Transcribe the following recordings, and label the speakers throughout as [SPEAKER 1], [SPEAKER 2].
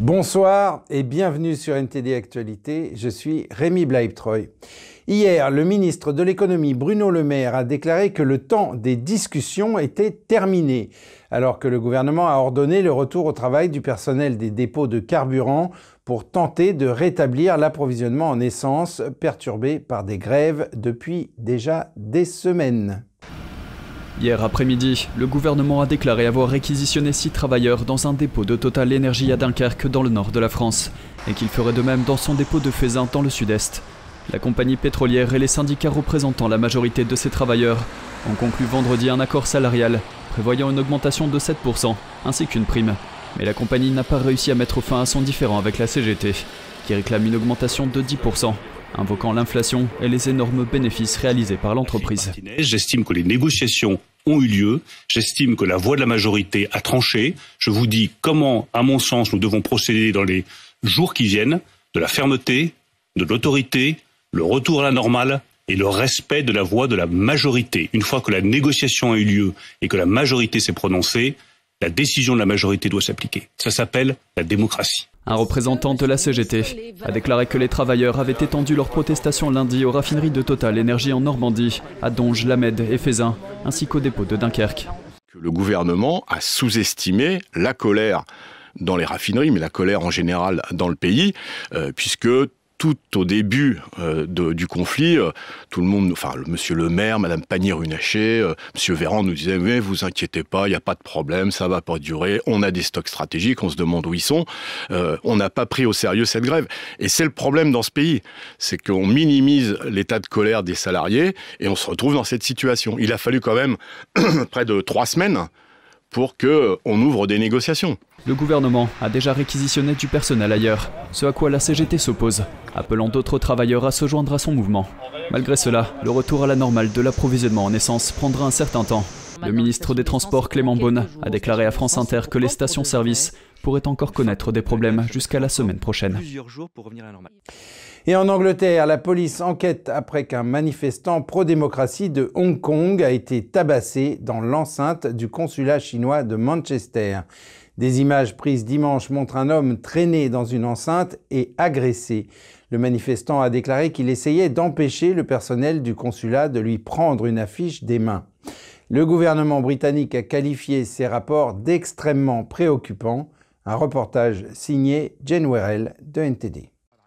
[SPEAKER 1] Bonsoir et bienvenue sur NTD Actualité, je suis Rémi Bleibtreu. Hier, le ministre de l'économie Bruno Le Maire a déclaré que le temps des discussions était terminé, alors que le gouvernement a ordonné le retour au travail du personnel des dépôts de carburant pour tenter de rétablir l'approvisionnement en essence perturbé par des grèves depuis déjà des semaines.
[SPEAKER 2] Hier après-midi, le gouvernement a déclaré avoir réquisitionné 6 travailleurs dans un dépôt de Total Énergie à Dunkerque dans le nord de la France et qu'il ferait de même dans son dépôt de Feyzin dans le sud-est. La compagnie pétrolière et les syndicats représentant la majorité de ces travailleurs ont conclu vendredi un accord salarial prévoyant une augmentation de 7% ainsi qu'une prime. Mais la compagnie n'a pas réussi à mettre fin à son différend avec la CGT qui réclame une augmentation de 10%. Invoquant l'inflation et les énormes bénéfices réalisés par l'entreprise.
[SPEAKER 3] J'estime que les négociations ont eu lieu, j'estime que la voix de la majorité a tranché. Je vous dis comment, à mon sens, nous devons procéder dans les jours qui viennent, de la fermeté, de l'autorité, le retour à la normale et le respect de la voix de la majorité. Une fois que la négociation a eu lieu et que la majorité s'est prononcée, la décision de la majorité doit s'appliquer. Ça s'appelle la démocratie.
[SPEAKER 2] Un représentant de la CGT a déclaré que les travailleurs avaient étendu leur protestation lundi aux raffineries de Total Énergie en Normandie, à Donge, Lamède et Feyzin, ainsi qu'au dépôt de Dunkerque.
[SPEAKER 4] Le gouvernement a sous-estimé la colère dans les raffineries, mais la colère en général dans le pays, puisque tout au début du conflit, tout le monde, enfin monsieur le maire, madame Pannier-Runacher, monsieur Véran nous disaient « mais vous inquiétez pas, il n'y a pas de problème, ça va pas durer, on a des stocks stratégiques, on se demande où ils sont ». On n'a pas pris au sérieux cette grève. Et c'est le problème dans ce pays, c'est qu'on minimise l'état de colère des salariés et on se retrouve dans cette situation. Il a fallu quand même près de 3 semaines pour qu'on ouvre des négociations.
[SPEAKER 2] Le gouvernement a déjà réquisitionné du personnel ailleurs, ce à quoi la CGT s'oppose, appelant d'autres travailleurs à se joindre à son mouvement. Malgré cela, le retour à la normale de l'approvisionnement en essence prendra un certain temps. Le ministre des Transports Clément Beaune a déclaré à France Inter que les stations-service pourraient encore connaître des problèmes jusqu'à la semaine prochaine.
[SPEAKER 1] Et en Angleterre, la police enquête après qu'un manifestant pro-démocratie de Hong Kong a été tabassé dans l'enceinte du consulat chinois de Manchester. Des images prises dimanche montrent un homme traîné dans une enceinte et agressé. Le manifestant a déclaré qu'il essayait d'empêcher le personnel du consulat de lui prendre une affiche des mains. Le gouvernement britannique a qualifié ces rapports d'extrêmement préoccupants. Un reportage signé Jane Werrell de NTD.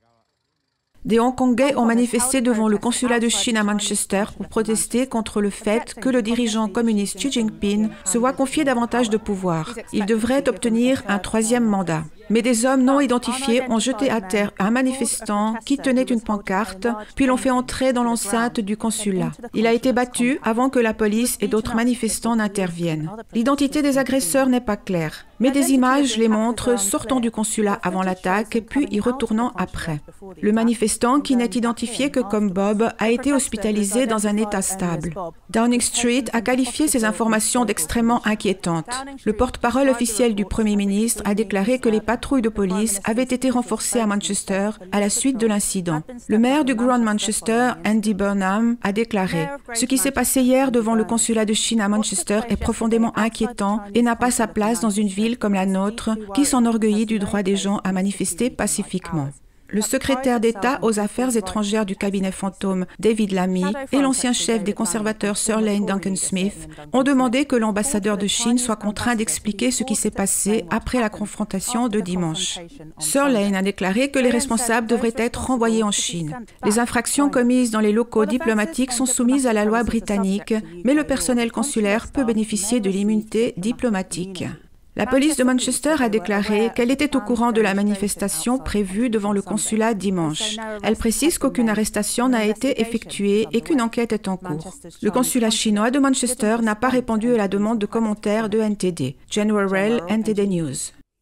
[SPEAKER 5] Des Hongkongais ont manifesté devant le consulat de Chine à Manchester pour protester contre le fait que le dirigeant communiste Xi Jinping se voit confier davantage de pouvoir. Il devrait obtenir un 3e mandat. Mais des hommes non identifiés ont jeté à terre un manifestant qui tenait une pancarte, puis l'ont fait entrer dans l'enceinte du consulat. Il a été battu avant que la police et d'autres manifestants n'interviennent. L'identité des agresseurs n'est pas claire, mais des images les montrent sortant du consulat avant l'attaque, puis y retournant après. Le manifestant, qui n'est identifié que comme Bob, a été hospitalisé dans un état stable. Downing Street a qualifié ces informations d'extrêmement inquiétantes. Le porte-parole officiel du Premier ministre a déclaré que les patrouilles de police avaient été renforcées à Manchester à la suite de l'incident. Le maire du Grand Manchester, Andy Burnham, a déclaré « Ce qui s'est passé hier devant le consulat de Chine à Manchester est profondément inquiétant et n'a pas sa place dans une ville comme la nôtre qui s'enorgueillit du droit des gens à manifester pacifiquement. » Le secrétaire d'État aux Affaires étrangères du cabinet fantôme, David Lammy, et l'ancien chef des conservateurs, Sir Lane Duncan Smith, ont demandé que l'ambassadeur de Chine soit contraint d'expliquer ce qui s'est passé après la confrontation de dimanche. Sir Lane a déclaré que les responsables devraient être renvoyés en Chine. Les infractions commises dans les locaux diplomatiques sont soumises à la loi britannique, mais le personnel consulaire peut bénéficier de l'immunité diplomatique. La police de Manchester a déclaré qu'elle était au courant de la manifestation prévue devant le consulat dimanche. Elle précise qu'aucune arrestation n'a été effectuée et qu'une enquête est en cours. Le consulat chinois de Manchester n'a pas répondu à la demande de commentaires de NTD. Jane Werrell, NTD News.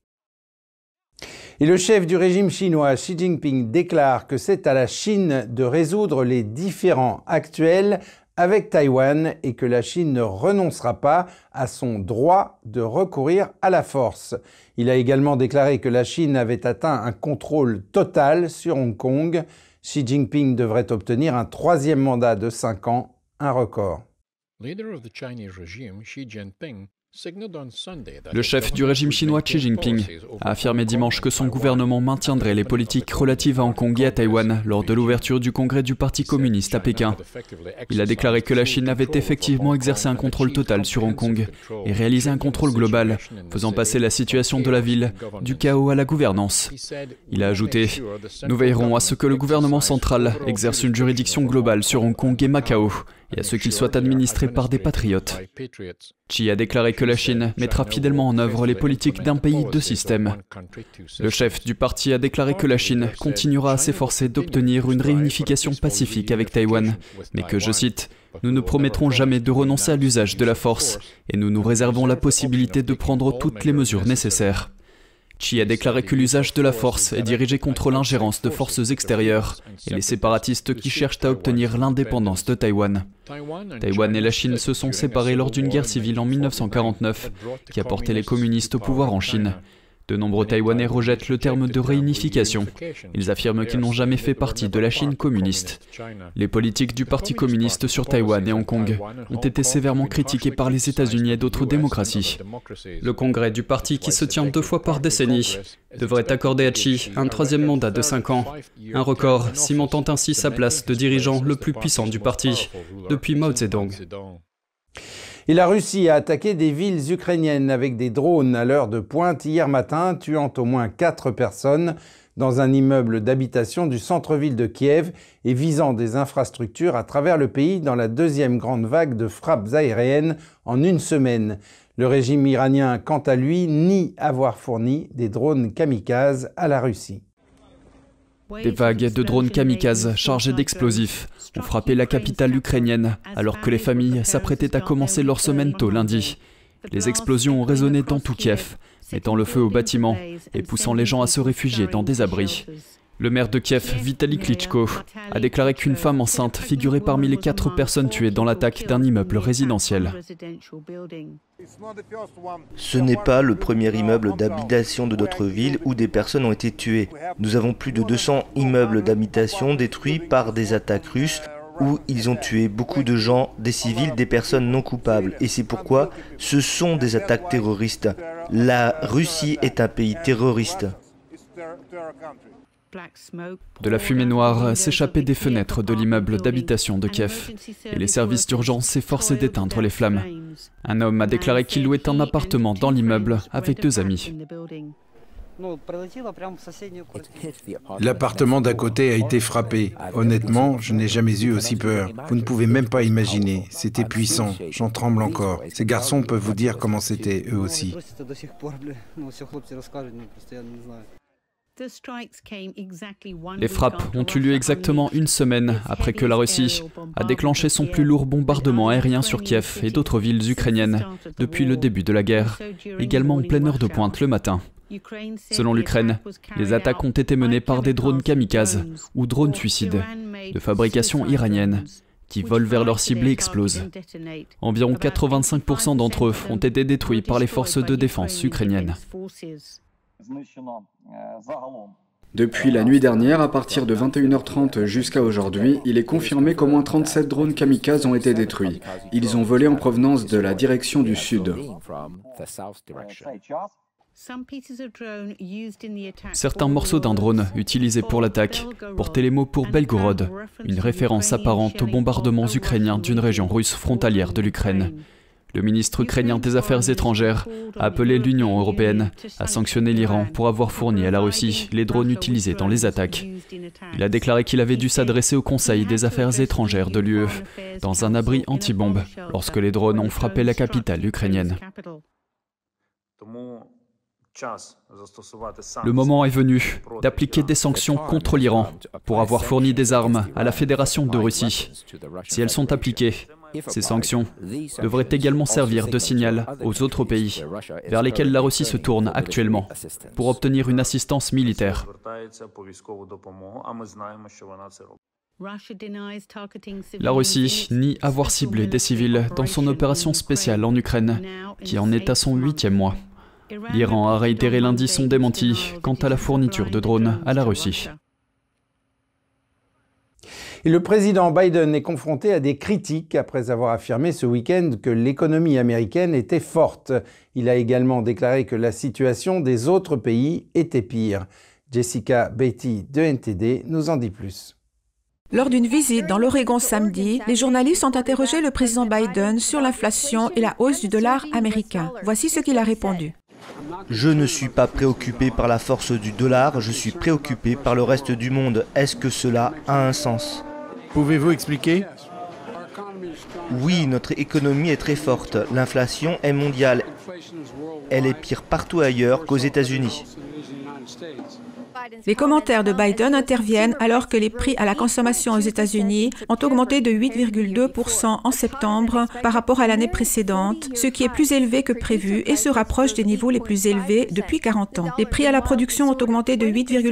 [SPEAKER 1] Et le chef du régime chinois, Xi Jinping, déclare que c'est à la Chine de résoudre les différends actuels avec Taïwan et que la Chine ne renoncera pas à son droit de recourir à la force. Il a également déclaré que la Chine avait atteint un contrôle total sur Hong Kong. Xi Jinping devrait obtenir un 3e mandat de 5 ans, un record.
[SPEAKER 2] Le chef du régime chinois Xi Jinping a affirmé dimanche que son gouvernement maintiendrait les politiques relatives à Hong Kong et à Taïwan lors de l'ouverture du congrès du Parti communiste à Pékin. Il a déclaré que la Chine avait effectivement exercé un contrôle total sur Hong Kong et réalisé un contrôle global, faisant passer la situation de la ville du chaos à la gouvernance. Il a ajouté « Nous veillerons à ce que le gouvernement central exerce une juridiction globale sur Hong Kong et Macao et à ce qu'il soit administré par des patriotes. » Xi a déclaré que la Chine mettra fidèlement en œuvre les politiques d'un pays, deux systèmes. Le chef du parti a déclaré que la Chine continuera à s'efforcer d'obtenir une réunification pacifique avec Taïwan, mais que, je cite, « Nous ne promettrons jamais de renoncer à l'usage de la force et nous nous réservons la possibilité de prendre toutes les mesures nécessaires. » Xi a déclaré que l'usage de la force est dirigé contre l'ingérence de forces extérieures et les séparatistes qui cherchent à obtenir l'indépendance de Taïwan. Taïwan et la Chine se sont séparés lors d'une guerre civile en 1949 qui a porté les communistes au pouvoir en Chine. De nombreux Taïwanais rejettent le terme de réunification. Ils affirment qu'ils n'ont jamais fait partie de la Chine communiste. Les politiques du Parti communiste sur Taïwan et Hong Kong ont été sévèrement critiquées par les États-Unis et d'autres démocraties. Le congrès du parti, qui se tient 2 fois par décennie, devrait accorder à Xi un 3e mandat de 5 ans, un record cimentant ainsi sa place de dirigeant le plus puissant du parti depuis Mao Zedong.
[SPEAKER 1] Et la Russie a attaqué des villes ukrainiennes avec des drones à l'heure de pointe hier matin, tuant au moins 4 personnes dans un immeuble d'habitation du centre-ville de Kiev et visant des infrastructures à travers le pays dans la 2e grande vague de frappes aériennes en une semaine. Le régime iranien, quant à lui, nie avoir fourni des drones kamikazes à la Russie.
[SPEAKER 2] Des vagues de drones kamikazes chargés d'explosifs ont frappé la capitale ukrainienne alors que les familles s'apprêtaient à commencer leur semaine tôt lundi. Les explosions ont résonné dans tout Kiev, mettant le feu aux bâtiments et poussant les gens à se réfugier dans des abris. Le maire de Kiev, Vitaly Klitschko, a déclaré qu'une femme enceinte figurait parmi les 4 personnes tuées dans l'attaque d'un immeuble résidentiel.
[SPEAKER 6] Ce n'est pas le premier immeuble d'habitation de notre ville où des personnes ont été tuées. Nous avons plus de 200 immeubles d'habitation détruits par des attaques russes où ils ont tué beaucoup de gens, des civils, des personnes non coupables. Et c'est pourquoi ce sont des attaques terroristes. La Russie est un pays terroriste.
[SPEAKER 2] De la fumée noire s'échappait des fenêtres de l'immeuble d'habitation de Kiev et les services d'urgence s'efforçaient d'éteindre les flammes. Un homme a déclaré qu'il louait un appartement dans l'immeuble avec 2 amis.
[SPEAKER 1] L'appartement d'à côté a été frappé. Honnêtement, je n'ai jamais eu aussi peur. Vous ne pouvez même pas imaginer. C'était puissant. J'en tremble encore. Ces garçons peuvent vous dire comment c'était, eux aussi.
[SPEAKER 2] Les frappes ont eu lieu exactement 1 semaine après que la Russie a déclenché son plus lourd bombardement aérien sur Kiev et d'autres villes ukrainiennes depuis le début de la guerre, également en pleine heure de pointe le matin. Selon l'Ukraine, les attaques ont été menées par des drones kamikazes ou drones suicides de fabrication iranienne qui volent vers leur cible et explosent. Environ 85% d'entre eux ont été détruits par les forces de défense ukrainiennes.
[SPEAKER 7] Depuis la nuit dernière, à partir de 21h30 jusqu'à aujourd'hui, il est confirmé qu'au moins 37 drones kamikazes ont été détruits. Ils ont volé en provenance de la direction du sud.
[SPEAKER 2] Certains morceaux d'un drone utilisé pour l'attaque portaient les mots pour Belgorod, une référence apparente aux bombardements ukrainiens d'une région russe frontalière de l'Ukraine. Le ministre ukrainien des Affaires étrangères a appelé l'Union européenne à sanctionner l'Iran pour avoir fourni à la Russie les drones utilisés dans les attaques. Il a déclaré qu'il avait dû s'adresser au Conseil des Affaires étrangères de l'UE dans un abri anti-bombe lorsque les drones ont frappé la capitale ukrainienne. Le moment est venu d'appliquer des sanctions contre l'Iran pour avoir fourni des armes à la Fédération de Russie. Si elles sont appliquées, ces sanctions devraient également servir de signal aux autres pays vers lesquels la Russie se tourne actuellement pour obtenir une assistance militaire. La Russie nie avoir ciblé des civils dans son opération spéciale en Ukraine, qui en est à son 8e mois. L'Iran a réitéré lundi son démenti quant à la fourniture de drones à la Russie.
[SPEAKER 1] Et le président Biden est confronté à des critiques après avoir affirmé ce week-end que l'économie américaine était forte. Il a également déclaré que la situation des autres pays était pire. Jessica Beatty de NTD nous en dit plus.
[SPEAKER 5] Lors d'une visite dans l'Oregon samedi, les journalistes ont interrogé le président Biden sur l'inflation et la hausse du dollar américain. Voici ce qu'il a répondu.
[SPEAKER 6] Je ne suis pas préoccupé par la force du dollar, je suis préoccupé par le reste du monde. Est-ce que cela a un sens?
[SPEAKER 1] Pouvez-vous expliquer?
[SPEAKER 6] Oui, notre économie est très forte. L'inflation est mondiale. Elle est pire partout ailleurs qu'aux États-Unis.
[SPEAKER 5] Les commentaires de Biden interviennent alors que les prix à la consommation aux États-Unis ont augmenté de 8,2% en septembre par rapport à l'année précédente, ce qui est plus élevé que prévu et se rapproche des niveaux les plus élevés depuis 40 ans. Les prix à la production ont augmenté de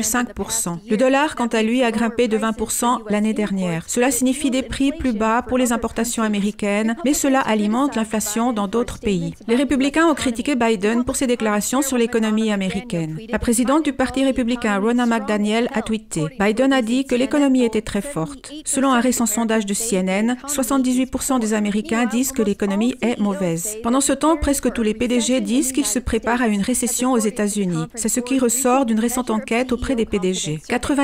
[SPEAKER 5] 8,5%. Le dollar, quant à lui, a grimpé de 20% l'année dernière. Cela signifie des prix plus bas pour les importations américaines, mais cela alimente l'inflation dans d'autres pays. Les républicains ont critiqué Biden pour ses déclarations sur l'économie américaine. La présidente du Parti républicain, Ronna McDaniel, a tweeté. Biden a dit que l'économie était très forte. Selon un récent sondage de CNN, 78% des Américains disent que l'économie est mauvaise. Pendant ce temps, presque tous les PDG disent qu'ils se préparent à une récession aux États-Unis. C'est ce qui ressort d'une récente enquête auprès des PDG.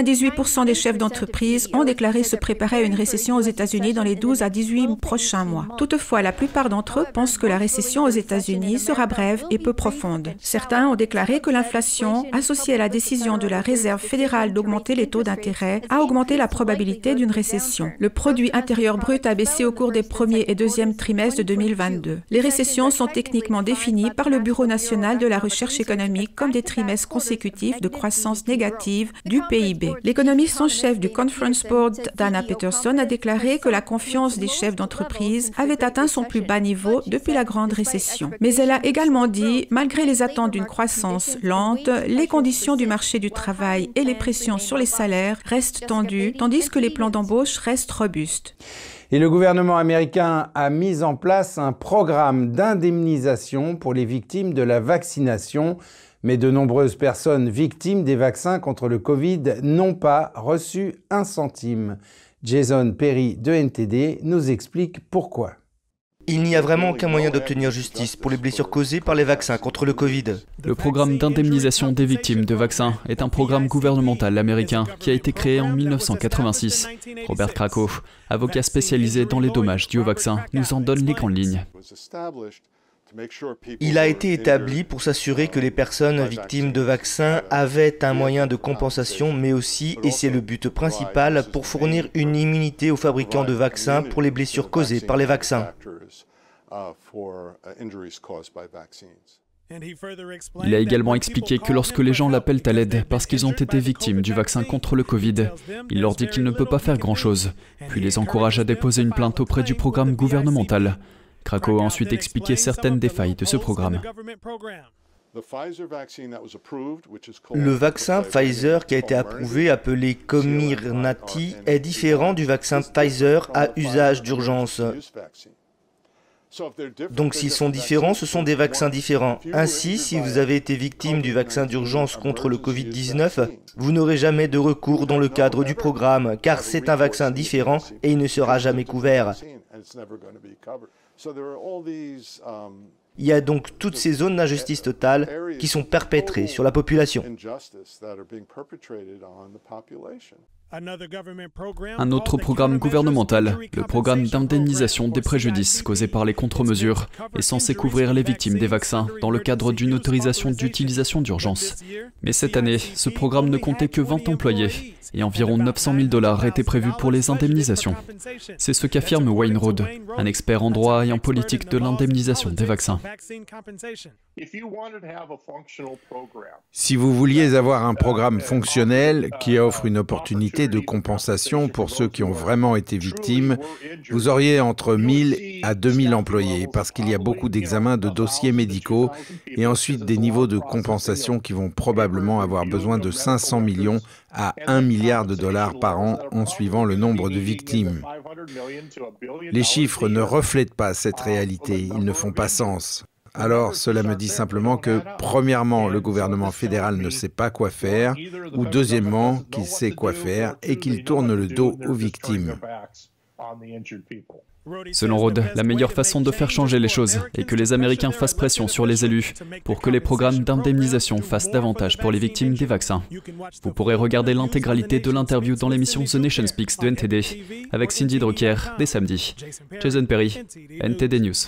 [SPEAKER 5] 98% des chefs d'entreprise ont déclaré se préparer à une récession aux États-Unis dans les 12 à 18 prochains mois. Toutefois, la plupart d'entre eux pensent que la récession aux États-Unis sera brève et peu profonde. Certains ont déclaré que l'inflation, associée à la décision de la Réserve fédérale d'augmenter les taux d'intérêt, a augmenté la probabilité d'une récession. Le produit intérieur brut a baissé au cours des premiers et deuxièmes trimestres de 2022. Les récessions sont techniquement définies par le Bureau national de la recherche économique comme des trimestres consécutifs de croissance négative du PIB. L'économiste en chef du Conference Board, Dana Peterson, a déclaré que la confiance des chefs d'entreprise avait atteint son plus bas niveau depuis la grande récession. Mais elle a également dit, malgré les attentes d'une croissance lente, les conditions du marché du travail et les pressions sur les salaires restent tendues, tandis que les plans d'embauche restent robustes.
[SPEAKER 1] Et le gouvernement américain a mis en place un programme d'indemnisation pour les victimes de la vaccination. Mais de nombreuses personnes victimes des vaccins contre le Covid n'ont pas reçu un centime. Jason Perry de NTD nous explique pourquoi.
[SPEAKER 6] Il n'y a vraiment aucun moyen d'obtenir justice pour les blessures causées par les vaccins contre le Covid.
[SPEAKER 2] Le programme d'indemnisation des victimes de vaccins est un programme gouvernemental américain qui a été créé en 1986. Robert Krakow, avocat spécialisé dans les dommages dus aux vaccins, nous en donne les grandes lignes.
[SPEAKER 6] Il a été établi pour s'assurer que les personnes victimes de vaccins avaient un moyen de compensation, mais aussi, et c'est le but principal, pour fournir une immunité aux fabricants de vaccins pour les blessures causées par les vaccins.
[SPEAKER 2] Il a également expliqué que lorsque les gens l'appellent à l'aide parce qu'ils ont été victimes du vaccin contre le Covid, il leur dit qu'il ne peut pas faire grand-chose, puis les encourage à déposer une plainte auprès du programme gouvernemental. Krakow a ensuite expliqué certaines des failles de ce programme.
[SPEAKER 6] Le vaccin Pfizer qui a été approuvé, appelé Comirnaty, est différent du vaccin Pfizer à usage d'urgence. Donc s'ils sont différents, ce sont des vaccins différents. Ainsi, si vous avez été victime du vaccin d'urgence contre le Covid-19, vous n'aurez jamais de recours dans le cadre du programme, car c'est un vaccin différent et il ne sera jamais couvert. Il y a donc toutes ces zones d'injustice totale qui sont perpétrées sur la population.
[SPEAKER 2] Un autre programme gouvernemental, le programme d'indemnisation des préjudices causés par les contre-mesures, est censé couvrir les victimes des vaccins dans le cadre d'une autorisation d'utilisation d'urgence. Mais cette année, ce programme ne comptait que 20 employés et environ 900 000 $ étaient prévus pour les indemnisations. C'est ce qu'affirme Wayne Road, un expert en droit et en politique de l'indemnisation des vaccins.
[SPEAKER 1] Si vous vouliez avoir un programme fonctionnel qui offre une opportunité de compensation pour ceux qui ont vraiment été victimes, vous auriez entre 1000 à 2000 employés parce qu'il y a beaucoup d'examens de dossiers médicaux et ensuite des niveaux de compensation qui vont probablement avoir besoin de 500 millions à 1 milliard de dollars par an en suivant le nombre de victimes. Les chiffres ne reflètent pas cette réalité, ils ne font pas sens. Alors cela me dit simplement que, premièrement, le gouvernement fédéral ne sait pas quoi faire, ou deuxièmement, qu'il sait quoi faire et qu'il tourne le dos aux victimes.
[SPEAKER 2] Selon Rhodes, la meilleure façon de faire changer les choses est que les Américains fassent pression sur les élus pour que les programmes d'indemnisation fassent davantage pour les victimes des vaccins. Vous pourrez regarder l'intégralité de l'interview dans l'émission The Nation Speaks de NTD avec Cindy Drucker dès samedi. Jason Perry, NTD News.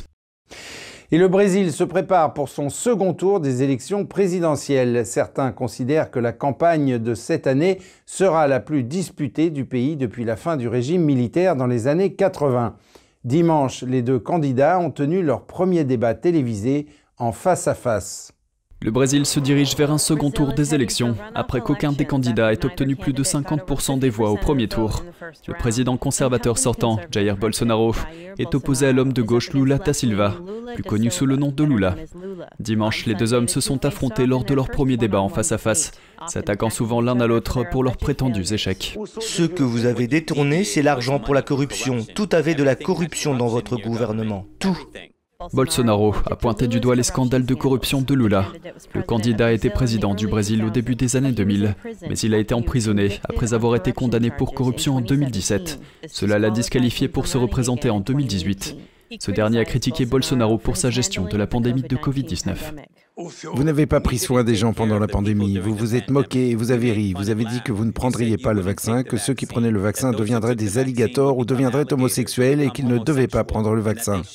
[SPEAKER 1] Et le Brésil se prépare pour son second tour des élections présidentielles. Certains considèrent que la campagne de cette année sera la plus disputée du pays depuis la fin du régime militaire dans les années 80. Dimanche, les deux candidats ont tenu leur premier débat télévisé en face-à-face.
[SPEAKER 2] Le Brésil se dirige vers un second tour des élections, après qu'aucun des candidats ait obtenu plus de 50% des voix au premier tour. Le président conservateur sortant, Jair Bolsonaro, est opposé à l'homme de gauche Lula da Silva, plus connu sous le nom de Lula. Dimanche, les deux hommes se sont affrontés lors de leur premier débat en face-à-face, s'attaquant souvent l'un à l'autre pour leurs prétendus échecs.
[SPEAKER 6] Ce que vous avez détourné, c'est l'argent pour la corruption. Tout avait de la corruption dans votre gouvernement. Tout.
[SPEAKER 2] Bolsonaro a pointé du doigt les scandales de corruption de Lula. Le candidat était président du Brésil au début des années 2000, mais il a été emprisonné après avoir été condamné pour corruption en 2017. Cela l'a disqualifié pour se représenter en 2018. Ce dernier a critiqué Bolsonaro pour sa gestion de la pandémie de Covid-19.
[SPEAKER 1] Vous n'avez pas pris soin des gens pendant la pandémie, vous vous êtes moqué et vous avez ri. Vous avez dit que vous ne prendriez pas le vaccin, que ceux qui prenaient le vaccin deviendraient des alligators ou deviendraient homosexuels et qu'ils ne devaient pas prendre le vaccin.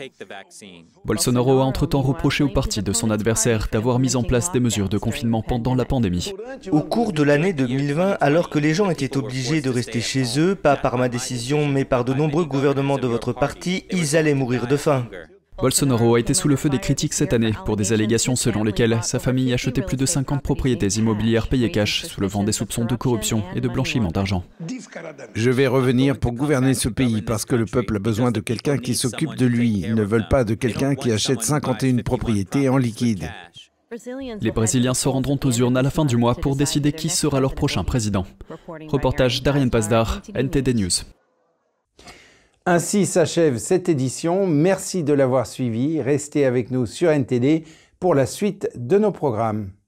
[SPEAKER 2] Bolsonaro a entre-temps reproché au parti de son adversaire d'avoir mis en place des mesures de confinement pendant la pandémie.
[SPEAKER 6] Au cours de l'année 2020, alors que les gens étaient obligés de rester chez eux, pas par ma décision mais par de nombreux gouvernements de votre parti, ils allaient mourir de faim.
[SPEAKER 2] Bolsonaro a été sous le feu des critiques cette année pour des allégations selon lesquelles sa famille achetait plus de 50 propriétés immobilières payées cash, soulevant des soupçons de corruption et de blanchiment d'argent.
[SPEAKER 1] Je vais revenir pour gouverner ce pays parce que le peuple a besoin de quelqu'un qui s'occupe de lui. Ils ne veulent pas de quelqu'un qui achète 51 propriétés en liquide.
[SPEAKER 2] Les Brésiliens se rendront aux urnes à la fin du mois pour décider qui sera leur prochain président. Reportage d'Ariane Pasdar, NTD News.
[SPEAKER 1] Ainsi s'achève cette édition. Merci de l'avoir suivi. Restez avec nous sur NTD pour la suite de nos programmes.